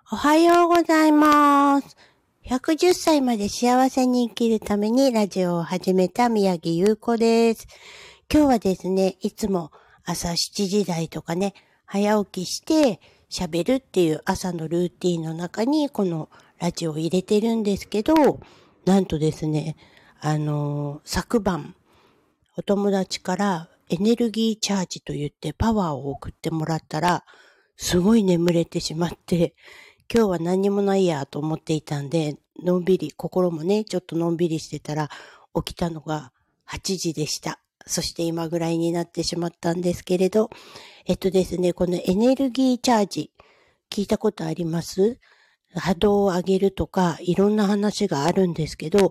おはようございます。110歳まで幸せに生きるためにラジオを始めた宮城優子です。今日はですね、いつも朝7時台とかね、早起きして喋るっていう朝のルーティンの中にこのラジオを入れてるんですけど、なんとですね、昨晩、お友達からエネルギーチャージと言ってパワーを送ってもらったら、すごい眠れてしまって、今日は何にもないやと思っていたんで、のんびり、心もね、ちょっとのんびりしてたら、起きたのが8時でした。そして今ぐらいになってしまったんですけれど、ですね、このエネルギーチャージ、聞いたことあります？波動を上げるとか、いろんな話があるんですけど、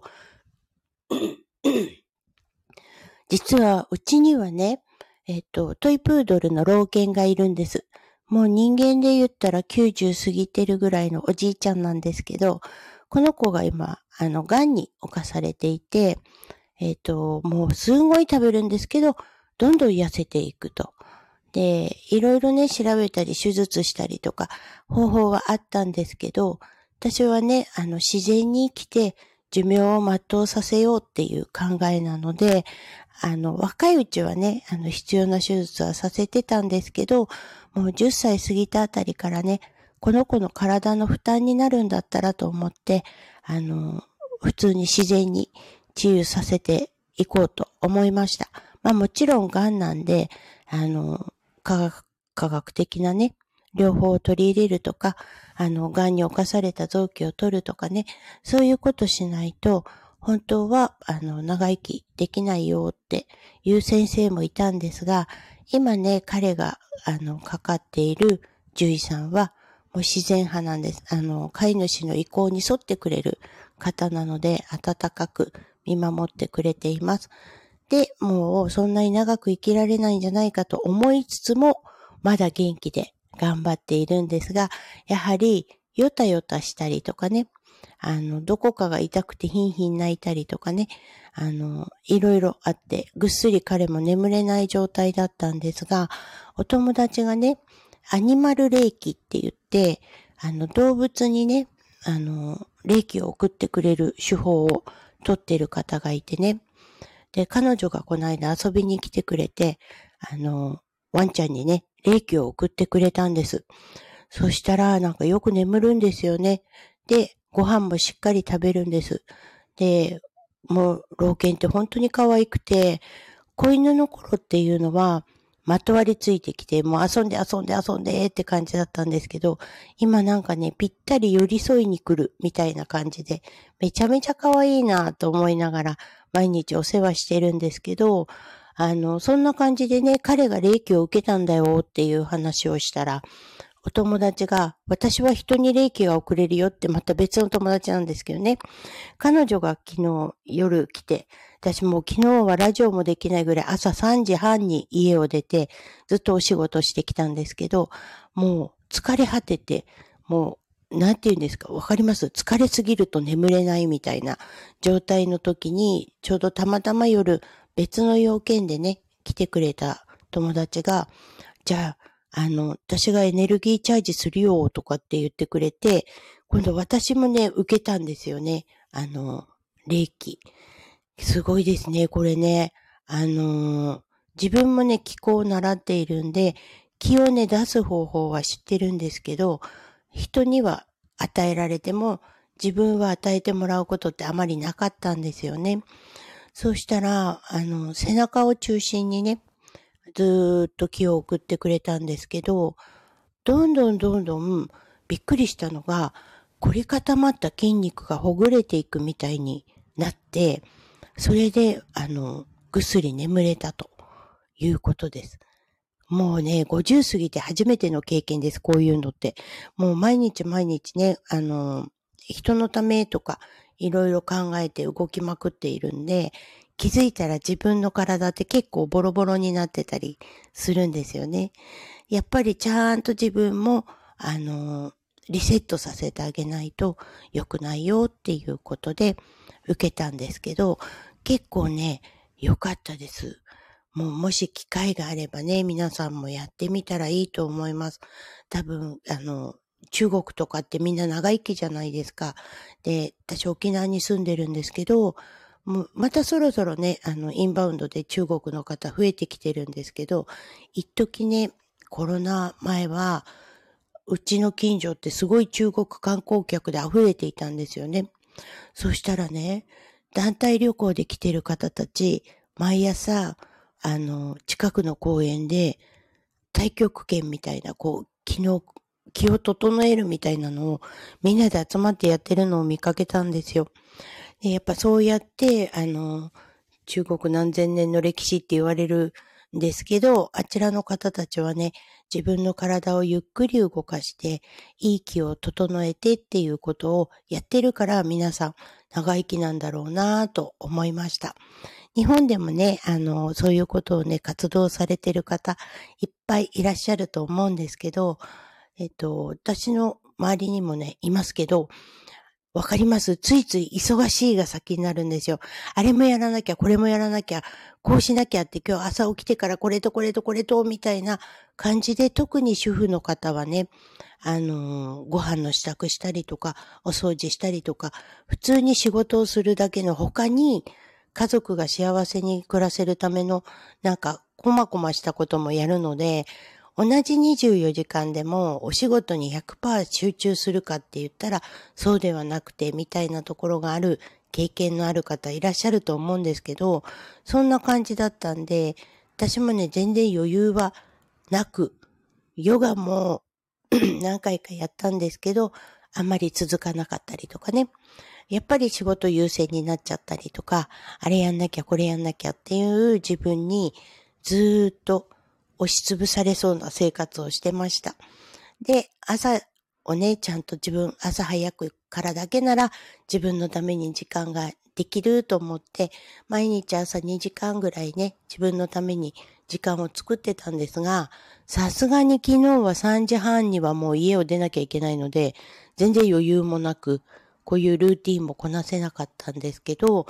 実は、うちにはね、トイプードルの老犬がいるんです。もう人間で言ったら90過ぎてるぐらいのおじいちゃんなんですけど、この子が今、癌に侵されていて、もうすごい食べるんですけど、どんどん痩せていくと。で、いろいろね、調べたり手術したりとか、方法はあったんですけど、私はね、自然に生きて寿命を全うさせようっていう考えなので、若いうちはね、必要な手術はさせてたんですけど、もう10歳過ぎたあたりからね、この子の体の負担になるんだったらと思って、普通に自然に治癒させていこうと思いました。まあもちろん癌なんで、科学的なね、療法を取り入れるとか、癌に侵された臓器を取るとかね、そういうことしないと、本当は、長生きできないよっていう先生もいたんですが、今ね、彼が、かかっている獣医さんは、もう自然派なんです。飼い主の意向に沿ってくれる方なので、温かく見守ってくれています。で、もうそんなに長く生きられないんじゃないかと思いつつも、まだ元気で頑張っているんですが、やはり、よたよたしたりとかね、どこかが痛くてヒンヒン泣いたりとかね、いろいろあって、ぐっすり彼も眠れない状態だったんですが、お友達がね、アニマル霊気って言って、動物にね、霊気を送ってくれる手法を取ってる方がいてね、で、彼女がこの間遊びに来てくれて、ワンちゃんにね、霊気を送ってくれたんです。そしたら、なんかよく眠るんですよね。で、ご飯もしっかり食べるんです。で、もう、老犬って本当に可愛くて、子犬の頃っていうのは、まとわりついてきて、もう遊んで遊んで遊んでって感じだったんですけど、今なんかね、ぴったり寄り添いに来るみたいな感じで、めちゃめちゃ可愛いなと思いながら、毎日お世話してるんですけど、そんな感じでね、彼が霊気を受けたんだよっていう話をしたら、お友達が、私は人に霊気が送れるよってまた別の友達なんですけどね。彼女が昨日夜来て、私もう昨日はラジオもできないぐらい朝3時半に家を出て、ずっとお仕事してきたんですけど、もう疲れ果てて、もう、なんて言うんですか、わかります？疲れすぎると眠れないみたいな状態の時に、ちょうどたまたま夜別の要件でね、来てくれた友達が、じゃあ、私がエネルギーチャージするよとかって言ってくれて、今度私もね、受けたんですよね。霊気。すごいですね、これね。自分もね、気候を習っているんで、気をね、出す方法は知ってるんですけど、人には与えられても、自分は与えてもらうことってあまりなかったんですよね。そうしたら、背中を中心にね、ずーっと気を送ってくれたんですけど、どんどんびっくりしたのが、凝り固まった筋肉がほぐれていくみたいになって、それで、ぐっすり眠れたということです。もうね、50過ぎて初めての経験です、こういうのって。もう毎日毎日ね、人のためとか、いろいろ考えて動きまくっているんで、気づいたら自分の体って結構ボロボロになってたりするんですよね。やっぱりちゃんと自分も、リセットさせてあげないと良くないよっていうことで受けたんですけど、結構ね、良かったです。もし機会があればね、皆さんもやってみたらいいと思います。多分、 中国とかってみんな長生きじゃないですか。で、私沖縄に住んでるんですけど、もうまたそろそろね、インバウンドで中国の方増えてきてるんですけど、一時ね、コロナ前は、うちの近所ってすごい中国観光客で溢れていたんですよね。そしたらね、団体旅行で来てる方たち、毎朝、近くの公園で、太極拳みたいな、気を整えるみたいなのを、みんなで集まってやってるのを見かけたんですよ。でやっぱそうやって、中国何千年の歴史って言われるんですけど、あちらの方たちはね、自分の体をゆっくり動かして、いい気を整えてっていうことをやってるから皆さん長生きなんだろうなぁと思いました。日本でもね、そういうことをね、活動されてる方いっぱいいらっしゃると思うんですけど、私の周りにもね、いますけど、わかります？ついつい忙しいが先になるんですよ。あれもやらなきゃ、これもやらなきゃ、こうしなきゃって今日朝起きてからこれとこれとこれとみたいな感じで、特に主婦の方はね、ご飯の支度したりとか、お掃除したりとか、普通に仕事をするだけの他に、家族が幸せに暮らせるための、こまこましたこともやるので、同じ24時間でもお仕事に100%集中するかって言ったらそうではなくてみたいなところがある経験のある方いらっしゃると思うんですけど、そんな感じだったんで、私もね、全然余裕はなく、ヨガも何回かやったんですけど、あんまり続かなかったりとかね。やっぱり仕事優先になっちゃったりとか、あれやんなきゃこれやんなきゃっていう自分にずーっと押しつぶされそうな生活をしてました。で、朝をね、ちゃんと朝早くからだけなら自分のために時間ができると思って、毎日朝2時間ぐらいね、自分のために時間を作ってたんですが、さすがに昨日は3時半にはもう家を出なきゃいけないので、全然余裕もなく、こういうルーティンもこなせなかったんですけど、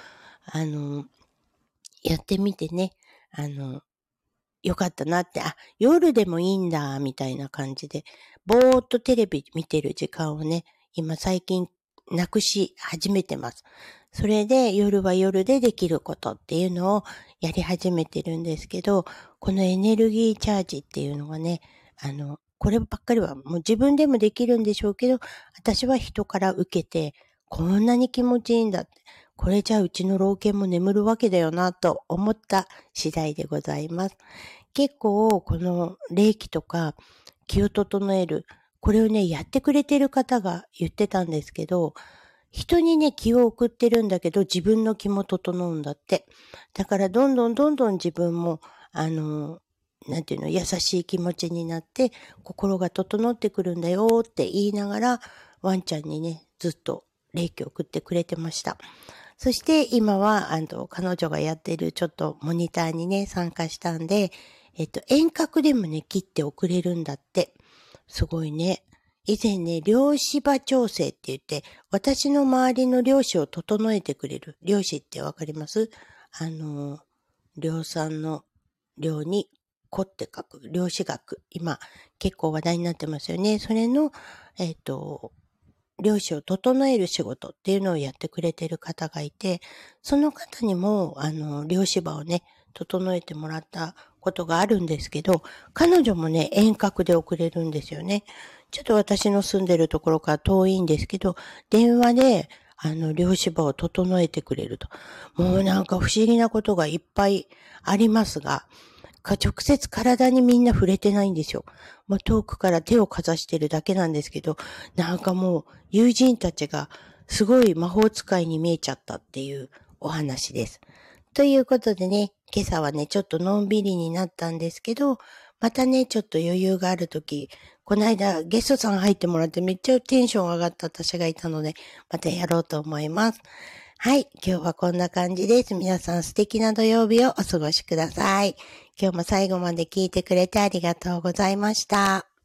やってみてね、よかったなって、夜でもいいんだ、みたいな感じで、ぼーっとテレビ見てる時間をね、今最近なくし始めてます。それで夜は夜でできることっていうのをやり始めてるんですけど、このエネルギーチャージっていうのがね、こればっかりはもう自分でもできるんでしょうけど、私は人から受けて、こんなに気持ちいいんだって、これじゃあうちの老犬も眠るわけだよなと思った次第でございます。結構、この霊気とか気を整える、これをね、やってくれてる方が言ってたんですけど、人にね、気を送ってるんだけど、自分の気も整うんだって。だから、どんどんどんどん自分も、優しい気持ちになって、心が整ってくるんだよって言いながら、ワンちゃんにね、ずっと霊気を送ってくれてました。そして今は、彼女がやってるちょっとモニターにね、参加したんで、遠隔でもね、切って送れるんだって。すごいね。以前ね、量子場調整って言って、私の周りの量子を整えてくれる。量子ってわかります？量産の量に子って書く。量子学。今、結構話題になってますよね。それの、量子を整える仕事っていうのをやってくれてる方がいて、その方にも、量子場をね、整えてもらったことがあるんですけど、彼女もね、遠隔で送れるんですよね。ちょっと私の住んでるところから遠いんですけど、電話で、量子場を整えてくれると。もうなんか不思議なことがいっぱいありますが、直接体にみんな触れてないんですよ。もう遠くから手をかざしてるだけなんですけど、なんかもう友人たちがすごい魔法使いに見えちゃったっていうお話です。ということでね、今朝はね、ちょっとのんびりになったんですけど、またね、ちょっと余裕があるとき、この間ゲストさん入ってもらってめっちゃテンション上がった私がいたので、またやろうと思います。はい、今日はこんな感じです。皆さん素敵な土曜日をお過ごしください。今日も最後まで聞いてくれてありがとうございました。